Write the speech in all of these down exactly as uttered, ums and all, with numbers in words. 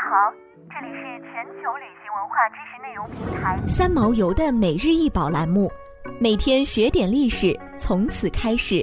好，这里是全球旅行文化知识内容平台三毛游的每日一宝栏目，每天学点历史，从此开始。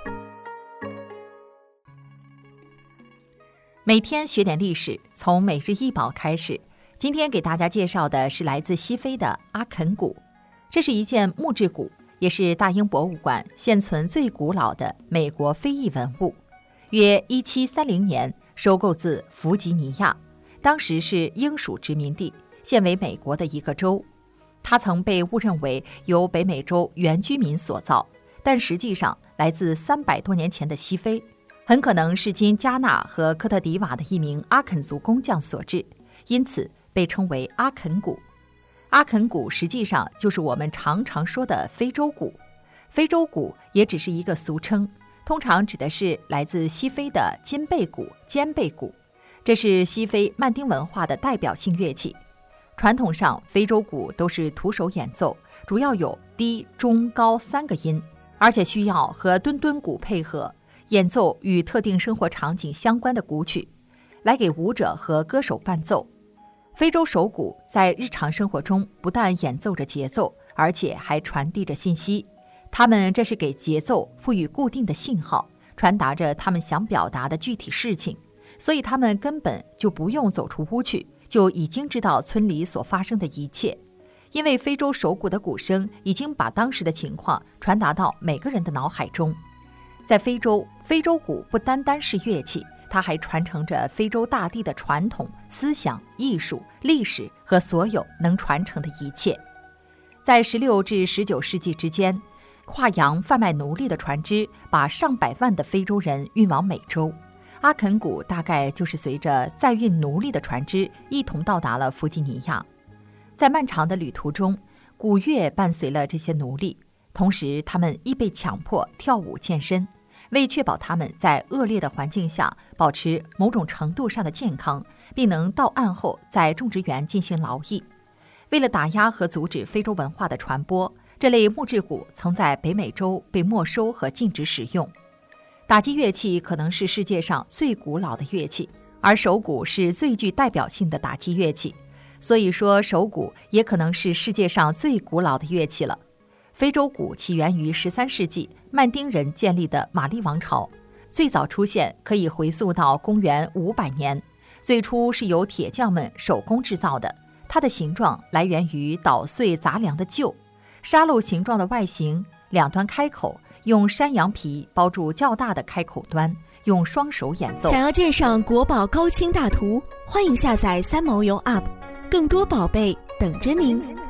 每天学点历史，从每日一宝开始。今天给大家介绍的是来自西非的阿肯鼓，这是一件木质鼓，也是大英博物馆现存最古老的美国非裔文物，约一七三零年收购自弗吉尼亚，当时是英属殖民地，现为美国的一个州。它曾被误认为由北美洲原居民所造，但实际上来自三百多年前的西非，很可能是今加纳和科特迪瓦的一名阿肯族工匠所制，因此被称为阿肯鼓。阿肯鼓实际上就是我们常常说的非洲鼓，非洲鼓也只是一个俗称，通常指的是来自西非的金贝鼓、肩贝鼓，这是西非曼丁文化的代表性乐器。传统上，非洲鼓都是徒手演奏，主要有低、中、高三个音，而且需要和敦敦鼓配合，演奏与特定生活场景相关的鼓曲，来给舞者和歌手伴奏。非洲手鼓在日常生活中不但演奏着节奏，而且还传递着信息。他们这是给节奏赋予固定的信号，传达着他们想表达的具体事情，所以他们根本就不用走出屋去，就已经知道村里所发生的一切。因为非洲手鼓的鼓声已经把当时的情况传达到每个人的脑海中。在非洲，非洲鼓不单单是乐器，它还传承着非洲大地的传统、思想、艺术、历史和所有能传承的一切。在十六至十九世纪之间，跨洋贩卖奴隶的船只把上百万的非洲人运往美洲，阿肯鼓大概就是随着载运奴隶的船只一同到达了弗吉尼亚。在漫长的旅途中，鼓乐伴随了这些奴隶，同时他们亦被强迫跳舞健身，为确保他们在恶劣的环境下保持某种程度上的健康，并能到岸后在种植园进行劳役。为了打压和阻止非洲文化的传播，这类木质鼓曾在北美洲被没收和禁止使用。打击乐器可能是世界上最古老的乐器，而手鼓是最具代表性的打击乐器，所以说手鼓也可能是世界上最古老的乐器了。非洲鼓起源于十三世纪曼丁人建立的玛丽王朝，最早出现可以回溯到公元五百年，最初是由铁匠们手工制造的，它的形状来源于捣碎杂粮的臼，沙漏形状的外形，两端开口，用山羊皮包住较大的开口端，用双手演奏。 想要鉴赏国宝高清大图，欢迎下载三毛游 App， 更多宝贝等着您。